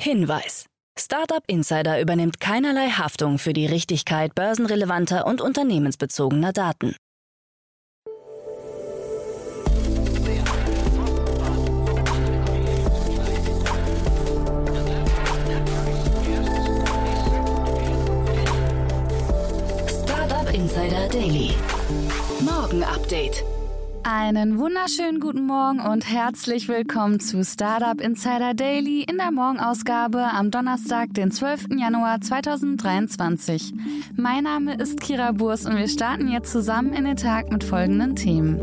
Hinweis: Startup Insider übernimmt keinerlei Haftung für die Richtigkeit börsenrelevanter und unternehmensbezogener Daten. Startup Insider Daily. Morgen Update. Einen wunderschönen guten Morgen und herzlich willkommen zu Startup Insider Daily in der Morgenausgabe am Donnerstag, den 12. Januar 2023. Mein Name ist Kira Burs und wir starten jetzt zusammen in den Tag mit folgenden Themen.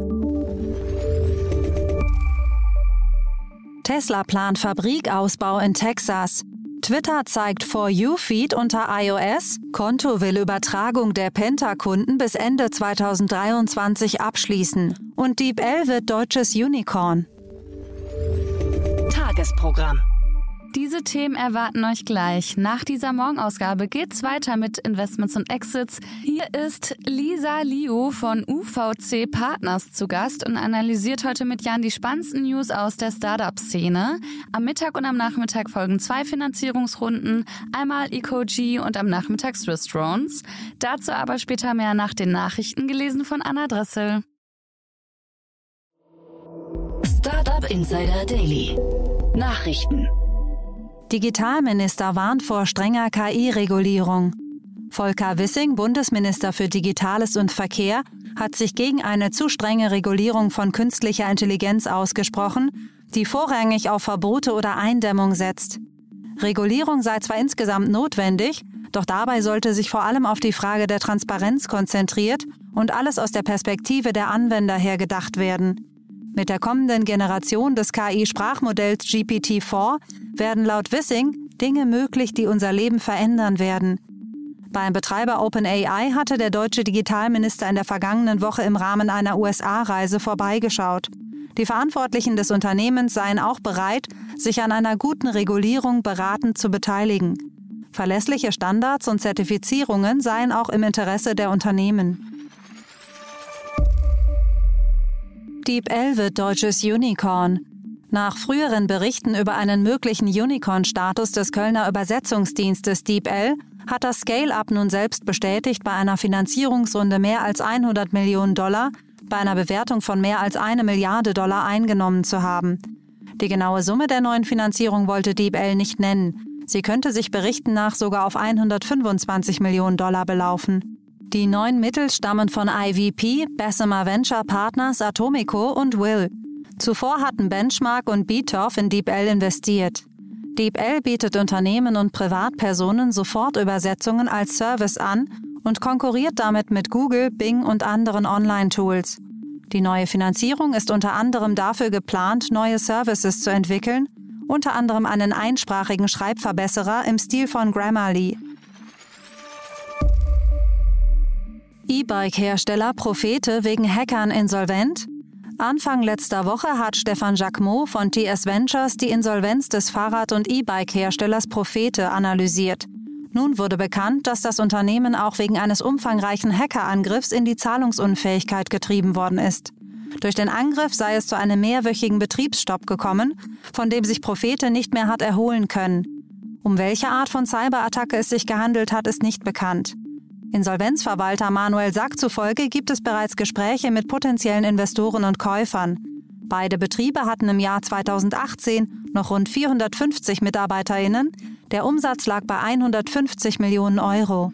Tesla plant Fabrikausbau in Texas. Twitter zeigt For You-Feed unter iOS. Konto will Übertragung der Penta-Kunden bis Ende 2023 abschließen. Und DeepL wird deutsches Unicorn. Tagesprogramm. Diese Themen erwarten euch gleich. Nach dieser Morgenausgabe geht's weiter mit Investments und Exits. Hier ist Lisa Liu von UVC Partners zu Gast und analysiert heute mit Jan die spannendsten News aus der Startup-Szene. Am Mittag und am Nachmittag folgen 2 Finanzierungsrunden, einmal EcoG und am Nachmittag Swiss Drones. Dazu aber später mehr nach den Nachrichten, gelesen von Anna Dressel. Startup Insider Daily. Nachrichten. Digitalminister warnt vor strenger KI-Regulierung. Volker Wissing, Bundesminister für Digitales und Verkehr, hat sich gegen eine zu strenge Regulierung von künstlicher Intelligenz ausgesprochen, die vorrangig auf Verbote oder Eindämmung setzt. Regulierung sei zwar insgesamt notwendig, doch dabei sollte sich vor allem auf die Frage der Transparenz konzentriert und alles aus der Perspektive der Anwender her gedacht werden. Mit der kommenden Generation des KI-Sprachmodells GPT-4 werden laut Wissing Dinge möglich, die unser Leben verändern werden. Beim Betreiber OpenAI hatte der deutsche Digitalminister in der vergangenen Woche im Rahmen einer USA-Reise vorbeigeschaut. Die Verantwortlichen des Unternehmens seien auch bereit, sich an einer guten Regulierung beratend zu beteiligen. Verlässliche Standards und Zertifizierungen seien auch im Interesse der Unternehmen. DeepL wird deutsches Unicorn. Nach früheren Berichten über einen möglichen Unicorn-Status des Kölner Übersetzungsdienstes DeepL hat das Scale-Up nun selbst bestätigt, bei einer Finanzierungsrunde mehr als $100 Millionen bei einer Bewertung von mehr als $1 Milliarde eingenommen zu haben. Die genaue Summe der neuen Finanzierung wollte DeepL nicht nennen. Sie könnte sich Berichten nach sogar auf $125 Millionen belaufen. Die neuen Mittel stammen von IVP, Bessemer Venture Partners, Atomico und Will. Zuvor hatten Benchmark und Beatoff in DeepL investiert. DeepL bietet Unternehmen und Privatpersonen Sofortübersetzungen als Service an und konkurriert damit mit Google, Bing und anderen Online-Tools. Die neue Finanzierung ist unter anderem dafür geplant, neue Services zu entwickeln, unter anderem einen einsprachigen Schreibverbesserer im Stil von Grammarly. E-Bike-Hersteller Profete wegen Hackern insolvent? Anfang letzter Woche hat Stefan Jacquemot von TS Ventures die Insolvenz des Fahrrad- und E-Bike-Herstellers Profete analysiert. Nun wurde bekannt, dass das Unternehmen auch wegen eines umfangreichen Hackerangriffs in die Zahlungsunfähigkeit getrieben worden ist. Durch den Angriff sei es zu einem mehrwöchigen Betriebsstopp gekommen, von dem sich Profete nicht mehr hat erholen können. Um welche Art von Cyberattacke es sich gehandelt hat, ist nicht bekannt. Insolvenzverwalter Manuel Sack zufolge gibt es bereits Gespräche mit potenziellen Investoren und Käufern. Beide Betriebe hatten im Jahr 2018 noch rund 450 MitarbeiterInnen. Der Umsatz lag bei 150 Millionen Euro.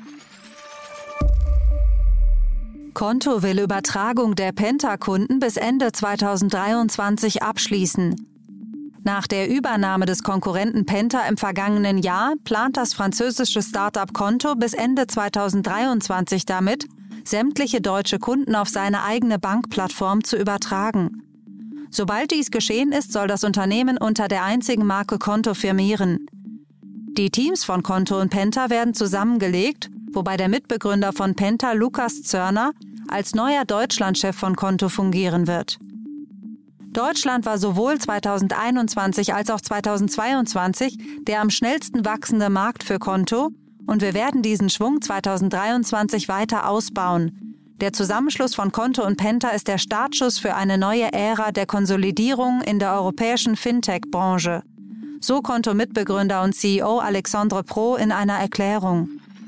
Konto will Übertragung der Penta-Kunden bis Ende 2023 abschließen. Nach der Übernahme des Konkurrenten Penta im vergangenen Jahr plant das französische Startup Konto bis Ende 2023 damit, sämtliche deutsche Kunden auf seine eigene Bankplattform zu übertragen. Sobald dies geschehen ist, soll das Unternehmen unter der einzigen Marke Konto firmieren. Die Teams von Konto und Penta werden zusammengelegt, wobei der Mitbegründer von Penta, Lukas Zörner, als neuer Deutschlandchef von Konto fungieren wird. Deutschland war sowohl 2021 als auch 2022 der am schnellsten wachsende Markt für Konto und wir werden diesen Schwung 2023 weiter ausbauen. Der Zusammenschluss von Konto und Penta ist der Startschuss für eine neue Ära der Konsolidierung in der europäischen Fintech-Branche. So Konto-Mitbegründer und CEO Alexandre Pro in einer Erklärung.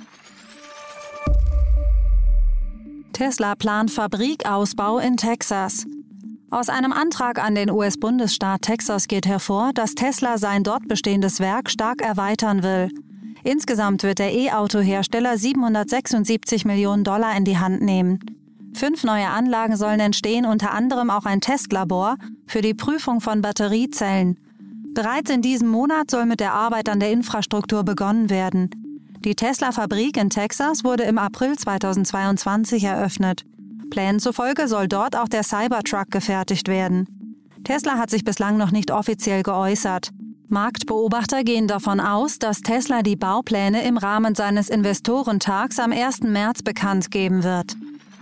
Tesla plant Fabrikausbau in Texas. Aus einem Antrag an den US-Bundesstaat Texas geht hervor, dass Tesla sein dort bestehendes Werk stark erweitern will. Insgesamt wird der E-Auto-Hersteller $776 Millionen in die Hand nehmen. 5 neue Anlagen sollen entstehen, unter anderem auch ein Testlabor für die Prüfung von Batteriezellen. Bereits in diesem Monat soll mit der Arbeit an der Infrastruktur begonnen werden. Die Tesla-Fabrik in Texas wurde im April 2022 eröffnet. Plänen zufolge soll dort auch der Cybertruck gefertigt werden. Tesla hat sich bislang noch nicht offiziell geäußert. Marktbeobachter gehen davon aus, dass Tesla die Baupläne im Rahmen seines Investorentags am 1. März bekannt geben wird.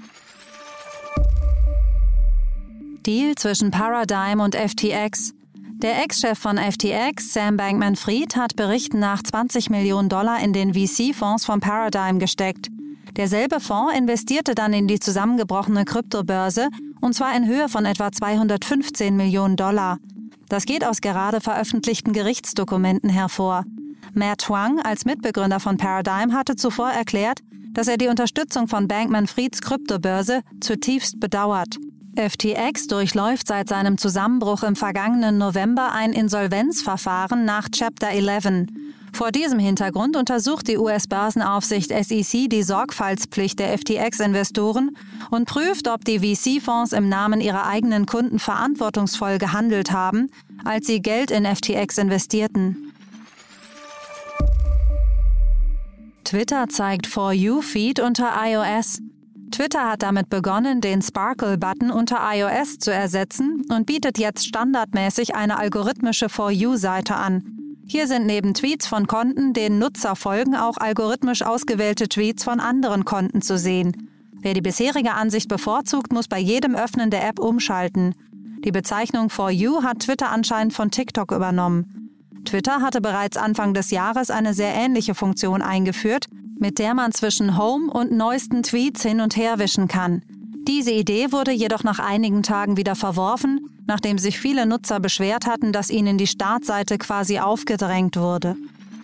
Deal zwischen Paradigm und FTX. Der Ex-Chef von FTX, Sam Bankman-Fried, hat Berichten nach $20 Millionen in den VC-Fonds von Paradigm gesteckt. Derselbe Fonds investierte dann in die zusammengebrochene Kryptobörse, und zwar in Höhe von etwa $215 Millionen. Das geht aus gerade veröffentlichten Gerichtsdokumenten hervor. Matt Huang als Mitbegründer von Paradigm hatte zuvor erklärt, dass er die Unterstützung von Bankman-Frieds Kryptobörse zutiefst bedauert. FTX durchläuft seit seinem Zusammenbruch im vergangenen November ein Insolvenzverfahren nach Chapter 11. Vor diesem Hintergrund untersucht die US-Börsenaufsicht SEC die Sorgfaltspflicht der FTX-Investoren und prüft, ob die VC-Fonds im Namen ihrer eigenen Kunden verantwortungsvoll gehandelt haben, als sie Geld in FTX investierten. Twitter zeigt For You-Feed unter iOS. Twitter hat damit begonnen, den Sparkle-Button unter iOS zu ersetzen und bietet jetzt standardmäßig eine algorithmische For You-Seite an. Hier sind neben Tweets von Konten, denen Nutzer folgen, auch algorithmisch ausgewählte Tweets von anderen Konten zu sehen. Wer die bisherige Ansicht bevorzugt, muss bei jedem Öffnen der App umschalten. Die Bezeichnung For You hat Twitter anscheinend von TikTok übernommen. Twitter hatte bereits Anfang des Jahres eine sehr ähnliche Funktion eingeführt, mit der man zwischen Home und neuesten Tweets hin und her wischen kann. Diese Idee wurde jedoch nach einigen Tagen wieder verworfen, nachdem sich viele Nutzer beschwert hatten, dass ihnen die Startseite quasi aufgedrängt wurde.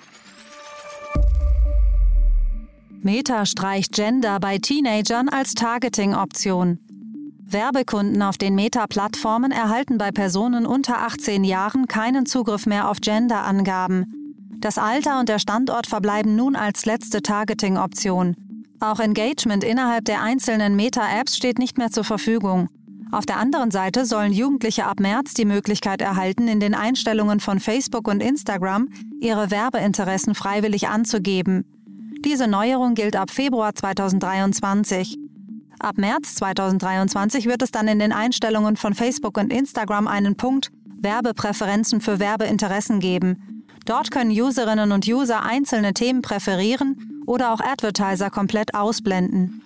Meta streicht Gender bei Teenagern als Targeting-Option. Werbekunden auf den Meta-Plattformen erhalten bei Personen unter 18 Jahren keinen Zugriff mehr auf Gender-Angaben. Das Alter und der Standort verbleiben nun als letzte Targeting-Option. Auch Engagement innerhalb der einzelnen Meta-Apps steht nicht mehr zur Verfügung. Auf der anderen Seite sollen Jugendliche ab März die Möglichkeit erhalten, in den Einstellungen von Facebook und Instagram ihre Werbeinteressen freiwillig anzugeben. Diese Neuerung gilt ab Februar 2023. Ab März 2023 wird es dann in den Einstellungen von Facebook und Instagram einen Punkt Werbepräferenzen für Werbeinteressen geben. Dort können Userinnen und User einzelne Themen präferieren oder auch Advertiser komplett ausblenden.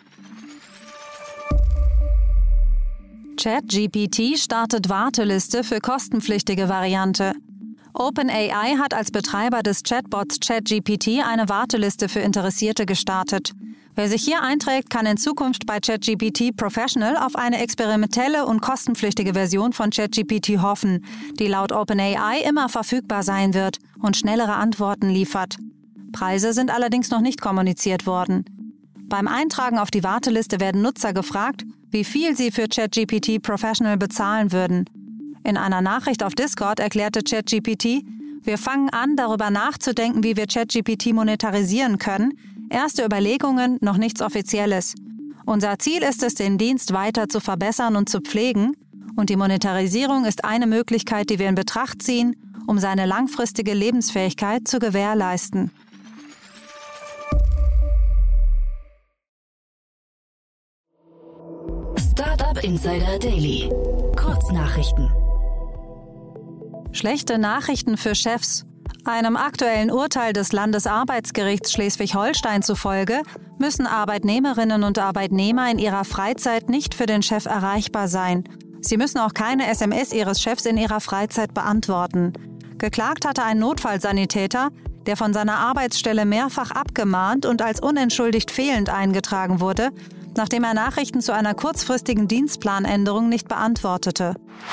ChatGPT startet Warteliste für kostenpflichtige Variante. OpenAI hat als Betreiber des Chatbots ChatGPT eine Warteliste für Interessierte gestartet. Wer sich hier einträgt, kann in Zukunft bei ChatGPT Professional auf eine experimentelle und kostenpflichtige Version von ChatGPT hoffen, die laut OpenAI immer verfügbar sein wird und schnellere Antworten liefert. Preise sind allerdings noch nicht kommuniziert worden. Beim Eintragen auf die Warteliste werden Nutzer gefragt, wie viel sie für ChatGPT Professional bezahlen würden. In einer Nachricht auf Discord erklärte ChatGPT, wir fangen an, darüber nachzudenken, wie wir ChatGPT monetarisieren können. Erste Überlegungen, noch nichts Offizielles. Unser Ziel ist es, den Dienst weiter zu verbessern und zu pflegen. Und die Monetarisierung ist eine Möglichkeit, die wir in Betracht ziehen, um seine langfristige Lebensfähigkeit zu gewährleisten. Startup Insider Daily. Kurznachrichten. Schlechte Nachrichten für Chefs. Einem aktuellen Urteil des Landesarbeitsgerichts Schleswig-Holstein zufolge müssen Arbeitnehmerinnen und Arbeitnehmer in ihrer Freizeit nicht für den Chef erreichbar sein. Sie müssen auch keine SMS ihres Chefs in ihrer Freizeit beantworten. Geklagt hatte ein Notfallsanitäter, der von seiner Arbeitsstelle mehrfach abgemahnt und als unentschuldigt fehlend eingetragen wurde, nachdem er Nachrichten zu einer kurzfristigen Dienstplanänderung nicht beantwortete.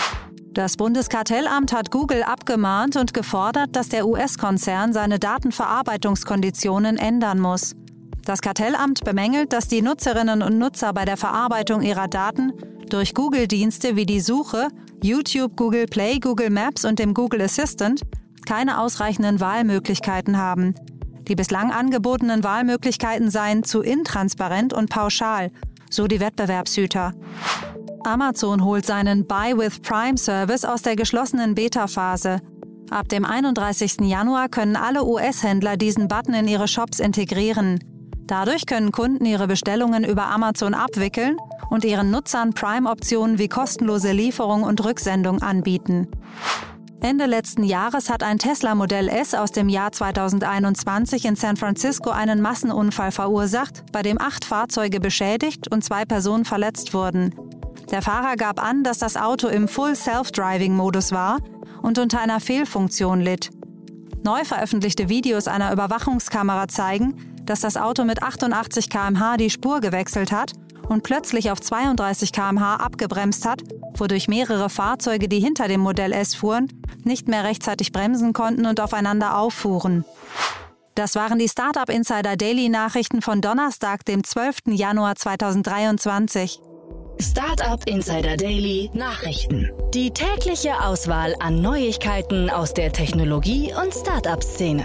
Das Bundeskartellamt hat Google abgemahnt und gefordert, dass der US-Konzern seine Datenverarbeitungskonditionen ändern muss. Das Kartellamt bemängelt, dass die Nutzerinnen und Nutzer bei der Verarbeitung ihrer Daten durch Google-Dienste wie die Suche, YouTube, Google Play, Google Maps und dem Google Assistant keine ausreichenden Wahlmöglichkeiten haben. Die bislang angebotenen Wahlmöglichkeiten seien zu intransparent und pauschal, so die Wettbewerbshüter. Amazon holt seinen Buy with Prime Service aus der geschlossenen Beta-Phase. Ab dem 31. Januar können alle US-Händler diesen Button in ihre Shops integrieren. Dadurch können Kunden ihre Bestellungen über Amazon abwickeln und ihren Nutzern Prime-Optionen wie kostenlose Lieferung und Rücksendung anbieten. Ende letzten Jahres hat ein Tesla Modell S aus dem Jahr 2021 in San Francisco einen Massenunfall verursacht, bei dem 8 Fahrzeuge beschädigt und 2 Personen verletzt wurden. Der Fahrer gab an, dass das Auto im Full Self-Driving-Modus war und unter einer Fehlfunktion litt. Neu veröffentlichte Videos einer Überwachungskamera zeigen, dass das Auto mit 88 km/h die Spur gewechselt hat und plötzlich auf 32 km/h abgebremst hat, wodurch mehrere Fahrzeuge, die hinter dem Modell S fuhren, nicht mehr rechtzeitig bremsen konnten und aufeinander auffuhren. Das waren die Startup Insider Daily Nachrichten von Donnerstag, dem 12. Januar 2023. Startup Insider Daily Nachrichten. Die tägliche Auswahl an Neuigkeiten aus der Technologie- und Startup-Szene.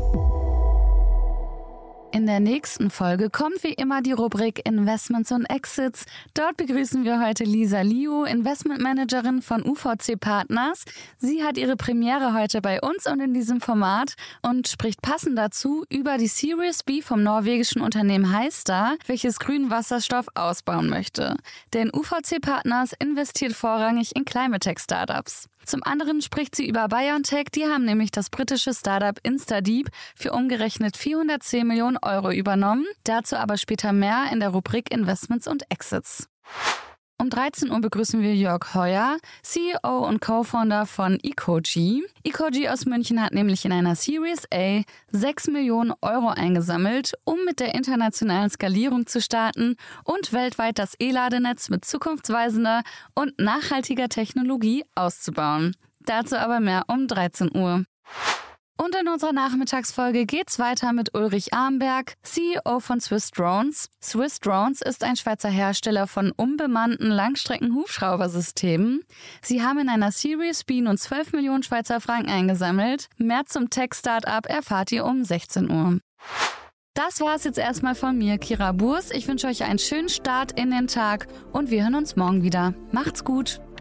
In der nächsten Folge kommt wie immer die Rubrik Investments und Exits. Dort begrüßen wir heute Lisa Liu, Investmentmanagerin von UVC Partners. Sie hat ihre Premiere heute bei uns und in diesem Format und spricht passend dazu über die Series B vom norwegischen Unternehmen Hystar, welches grünen Wasserstoff ausbauen möchte. Denn UVC Partners investiert vorrangig in Climate-Tech-Startups. Zum anderen spricht sie über BioNTech, die haben nämlich das britische Startup InstaDeep für umgerechnet 410 Millionen Euro übernommen. Dazu aber später mehr in der Rubrik Investments und Exits. Um 13 Uhr begrüßen wir Jörg Heuer, CEO und Co-Founder von Ecogy. Ecogy aus München hat nämlich in einer Series A 6 Millionen Euro eingesammelt, um mit der internationalen Skalierung zu starten und weltweit das E-Ladenetz mit zukunftsweisender und nachhaltiger Technologie auszubauen. Dazu aber mehr um 13 Uhr. Und in unserer Nachmittagsfolge geht's weiter mit Ulrich Armberg, CEO von Swiss Drones. Swiss Drones ist ein Schweizer Hersteller von unbemannten Langstrecken-Hubschraubersystemen. Sie haben in einer Series B nun 12 Millionen Schweizer Franken eingesammelt. Mehr zum Tech-Startup erfahrt ihr um 16 Uhr. Das war's jetzt erstmal von mir, Kira Burs. Ich wünsche euch einen schönen Start in den Tag und wir hören uns morgen wieder. Macht's gut!